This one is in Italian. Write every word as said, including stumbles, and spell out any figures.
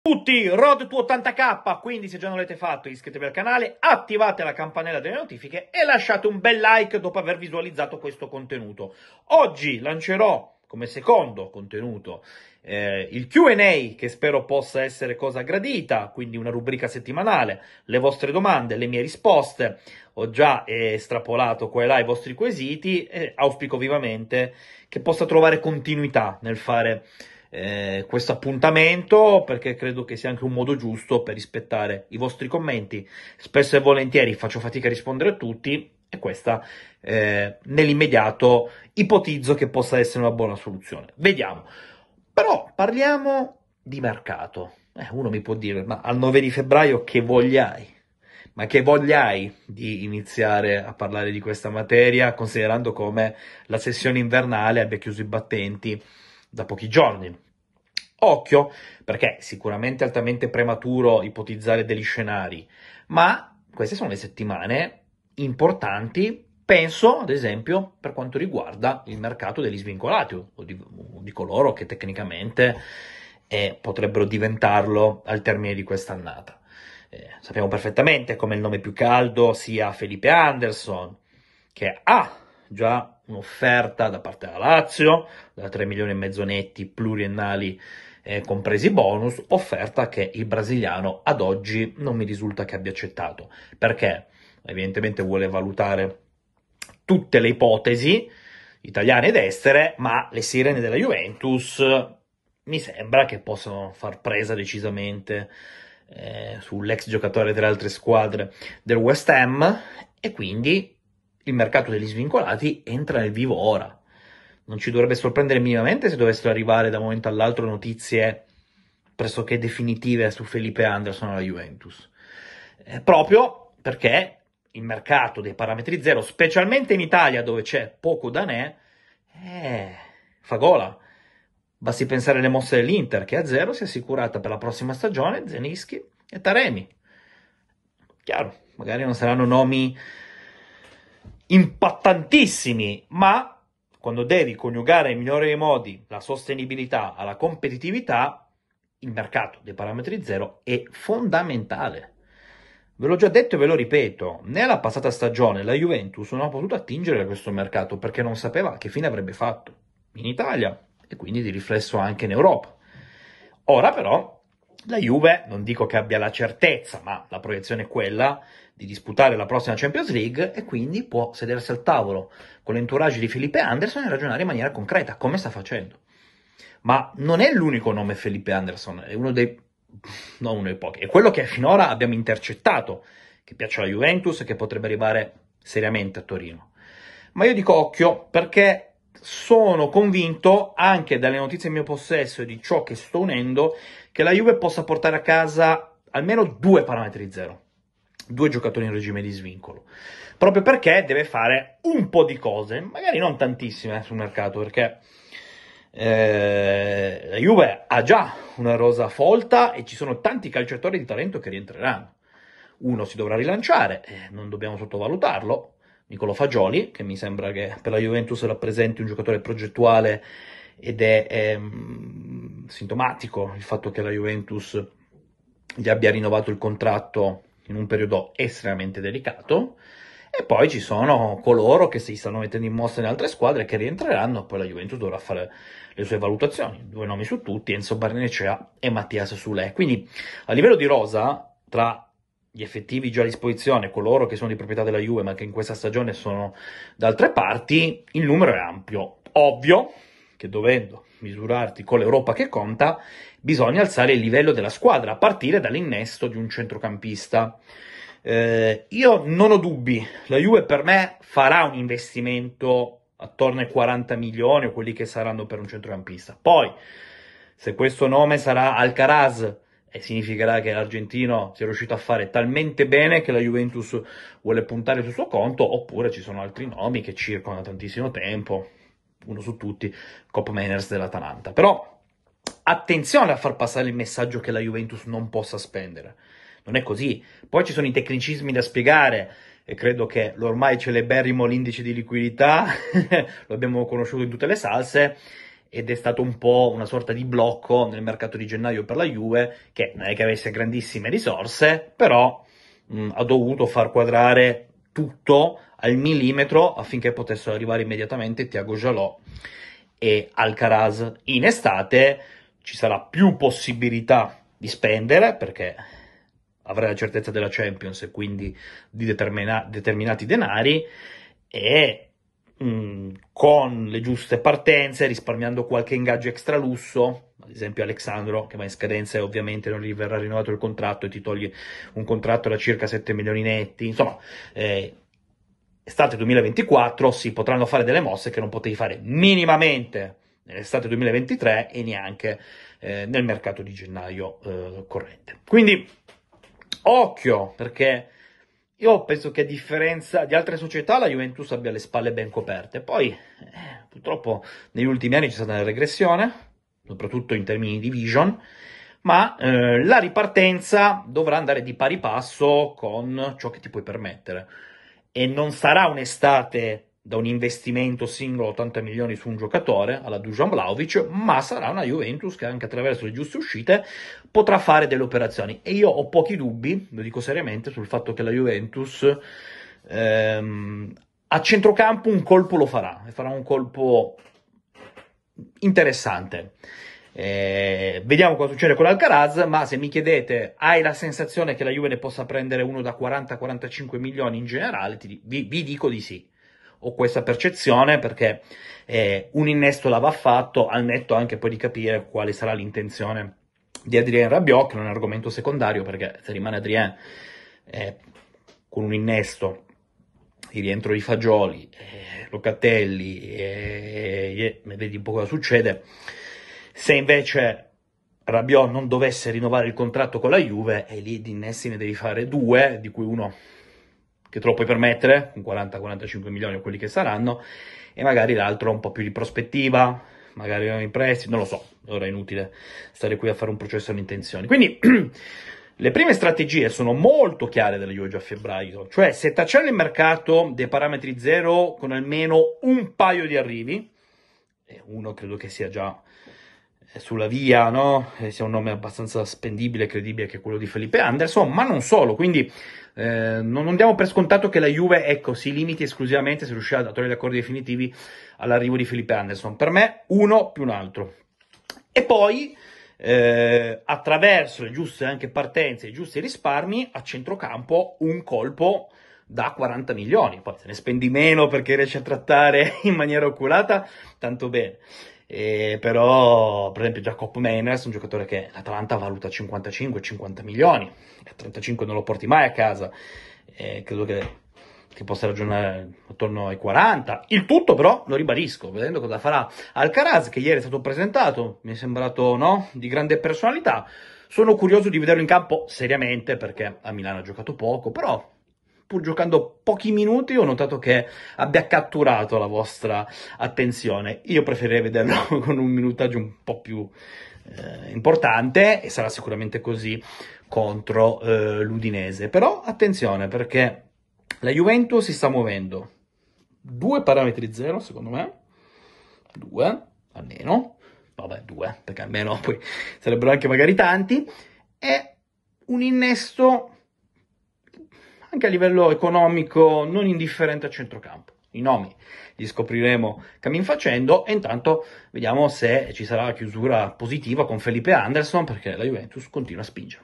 Tutti, Road to ottanta K, quindi se già non l'avete fatto iscrivetevi al canale, attivate la campanella delle notifiche e lasciate un bel like dopo aver visualizzato questo contenuto. Oggi lancerò come secondo contenuto eh, il Q and A, che spero possa essere cosa gradita, quindi una rubrica settimanale, le vostre domande, le mie risposte. Ho già estrapolato qua e là i vostri quesiti e auspico vivamente che possa trovare continuità nel fare Eh, questo appuntamento, perché credo che sia anche un modo giusto per rispettare i vostri commenti. Spesso e volentieri faccio fatica a rispondere a tutti e questa eh, nell'immediato ipotizzo che possa essere una buona soluzione. Vediamo. Però parliamo di mercato. Eh, uno mi può dire, ma al nove di febbraio che voglia hai? Ma che voglia hai di iniziare a parlare di questa materia, considerando come la sessione invernale abbia chiuso i battenti da pochi giorni? Occhio, perché sicuramente è altamente prematuro ipotizzare degli scenari, ma queste sono le settimane importanti, penso ad esempio per quanto riguarda il mercato degli svincolati o di, o di coloro che tecnicamente eh, potrebbero diventarlo al termine di quest'annata. Eh, sappiamo perfettamente come il nome più caldo sia Felipe Anderson, che ha già un'offerta da parte della Lazio, da tre milioni e mezzo netti pluriennali, eh, compresi bonus, offerta che il brasiliano ad oggi non mi risulta che abbia accettato, perché evidentemente vuole valutare tutte le ipotesi italiane ed estere, ma le sirene della Juventus mi sembra che possano far presa decisamente eh, sull'ex giocatore delle altre squadre del West Ham, e quindi il mercato degli svincolati entra nel vivo ora. Non ci dovrebbe sorprendere minimamente se dovessero arrivare da un momento all'altro notizie pressoché definitive su Felipe Anderson alla Juventus. Eh, proprio perché il mercato dei parametri zero, specialmente in Italia dove c'è poco danè, eh, fa gola. Basti pensare alle mosse dell'Inter, che a zero si è assicurata per la prossima stagione Zelinski e Taremi. Chiaro, magari non saranno nomi impattantissimi, ma quando devi coniugare nel migliore dei modi la sostenibilità alla competitività, il mercato dei parametri zero è fondamentale. Ve l'ho già detto e ve lo ripeto, nella passata stagione la Juventus non ha potuto attingere a questo mercato perché non sapeva che fine avrebbe fatto in Italia e quindi di riflesso anche in Europa. Ora però la Juve, non dico che abbia la certezza, ma la proiezione è quella di disputare la prossima Champions League e quindi può sedersi al tavolo con l'entourage di Felipe Anderson e ragionare in maniera concreta, come sta facendo. Ma non è l'unico nome Felipe Anderson, è uno dei, non uno dei pochi, è quello che finora abbiamo intercettato, che piace alla Juventus e che potrebbe arrivare seriamente a Torino. Ma io dico occhio, perché sono convinto, anche dalle notizie in mio possesso e di ciò che sto unendo, che la Juve possa portare a casa almeno due parametri zero, due giocatori in regime di svincolo, proprio perché deve fare un po' di cose, magari non tantissime eh, sul mercato, perché eh, la Juve ha già una rosa folta e ci sono tanti calciatori di talento che rientreranno. Uno si dovrà rilanciare, eh, non dobbiamo sottovalutarlo, Niccolò Fagioli, che mi sembra che per la Juventus rappresenti un giocatore progettuale ed è ehm, sintomatico il fatto che la Juventus gli abbia rinnovato il contratto in un periodo estremamente delicato. E poi ci sono coloro che si stanno mettendo in mostra in altre squadre che rientreranno, poi la Juventus dovrà fare le sue valutazioni. Due nomi su tutti, Enzo Barnechea e Mattias Sule. Quindi a livello di rosa, tra gli effettivi già a disposizione, coloro che sono di proprietà della Juve ma che in questa stagione sono da altre parti, il numero è ampio. Ovvio che dovendo misurarti con l'Europa che conta, bisogna alzare il livello della squadra a partire dall'innesto di un centrocampista. Eh, io non ho dubbi, la Juve per me farà un investimento attorno ai quaranta milioni o quelli che saranno per un centrocampista. Poi, se questo nome sarà Alcaraz, e significherà che l'argentino sia riuscito a fare talmente bene che la Juventus vuole puntare sul suo conto, oppure ci sono altri nomi che circolano da tantissimo tempo, uno su tutti, Cop Meiners dell'Atalanta. Però attenzione a far passare il messaggio che la Juventus non possa spendere. Non è così. Poi ci sono i tecnicismi da spiegare, e credo che l'ormai celeberrimo l'indice di liquidità lo abbiamo conosciuto in tutte le salse, ed è stato un po' una sorta di blocco nel mercato di gennaio per la Juve, che non è che avesse grandissime risorse, però mh, ha dovuto far quadrare tutto al millimetro affinché potessero arrivare immediatamente Thiago Jalò e Alcaraz. In estate ci sarà più possibilità di spendere, perché avrai la certezza della Champions e quindi di determina- determinati denari, e mh, con le giuste partenze, risparmiando qualche ingaggio extra lusso, ad esempio Alexandro che va in scadenza e ovviamente non gli verrà rinnovato il contratto e ti toglie un contratto da circa sette milioni netti, insomma, eh, estate duemilaventiquattro si potranno fare delle mosse che non potevi fare minimamente nell'estate duemilaventitré e neanche eh, nel mercato di gennaio eh, corrente. Quindi occhio, perché io penso che a differenza di altre società la Juventus abbia le spalle ben coperte. Poi eh, purtroppo negli ultimi anni c'è stata una regressione, soprattutto in termini di vision, ma eh, la ripartenza dovrà andare di pari passo con ciò che ti puoi permettere. E non sarà un'estate da un investimento singolo ottanta milioni su un giocatore alla Dusan Vlahovic, ma sarà una Juventus che anche attraverso le giuste uscite potrà fare delle operazioni. E io ho pochi dubbi, lo dico seriamente, sul fatto che la Juventus ehm, a centrocampo un colpo lo farà, e farà un colpo interessante. Eh, vediamo cosa succede con l'Alcaraz, ma se mi chiedete, hai la sensazione che la Juve ne possa prendere uno da quaranta quarantacinque milioni in generale? Ti, vi, vi dico di sì. Ho questa percezione perché eh, un innesto l'aveva fatto, al netto anche poi di capire quale sarà l'intenzione di Adrien Rabiot, che non è un argomento secondario, perché se rimane Adrien eh, con un innesto, il rientro di Fagioli, eh, Locatelli, e eh, vedi un po' cosa succede. Se invece Rabiot non dovesse rinnovare il contratto con la Juve, e lì di innesti ne devi fare due, di cui uno che te lo puoi permettere, con quaranta quarantacinque milioni o quelli che saranno, e magari l'altro un po' più di prospettiva, magari in prestito, non lo so, ora è inutile stare qui a fare un processo di intenzioni. Quindi le prime strategie sono molto chiare della Juve già a febbraio, cioè se tacciare il mercato dei parametri zero con almeno un paio di arrivi, e uno credo che sia già sulla via, no? E sia un nome abbastanza spendibile e credibile, che è quello di Felipe Anderson, ma non solo, quindi eh, non, non diamo per scontato che la Juve, ecco, si limiti esclusivamente, se riuscirà a trovare gli accordi definitivi, all'arrivo di Felipe Anderson. Per me uno più un altro. E poi eh, attraverso le giuste anche partenze, i giusti risparmi, a centrocampo un colpo da quaranta milioni, poi se ne spendi meno perché riesci a trattare in maniera oculata, tanto bene. Eh, però per esempio Jacob Meiners, un giocatore che l'Atalanta valuta cinquantacinque cinquanta milioni, a trentacinque non lo porti mai a casa, eh, credo che, che possa ragionare attorno ai quaranta. Il tutto però, lo ribadisco, vedendo cosa farà Alcaraz, che ieri è stato presentato, mi è sembrato, no, di grande personalità. Sono curioso di vederlo in campo seriamente, perché a Milano ha giocato poco, però pur giocando pochi minuti ho notato che abbia catturato la vostra attenzione. Io preferirei vederlo con un minutaggio un po' più eh, importante, e sarà sicuramente così contro eh, l'Udinese. Però attenzione, perché la Juventus si sta muovendo due parametri zero, secondo me, due almeno, vabbè due, perché almeno poi sarebbero anche magari tanti, e un innesto anche a livello economico non indifferente a centrocampo. I nomi li scopriremo cammin facendo, e intanto vediamo se ci sarà la chiusura positiva con Felipe Anderson, perché la Juventus continua a spingere.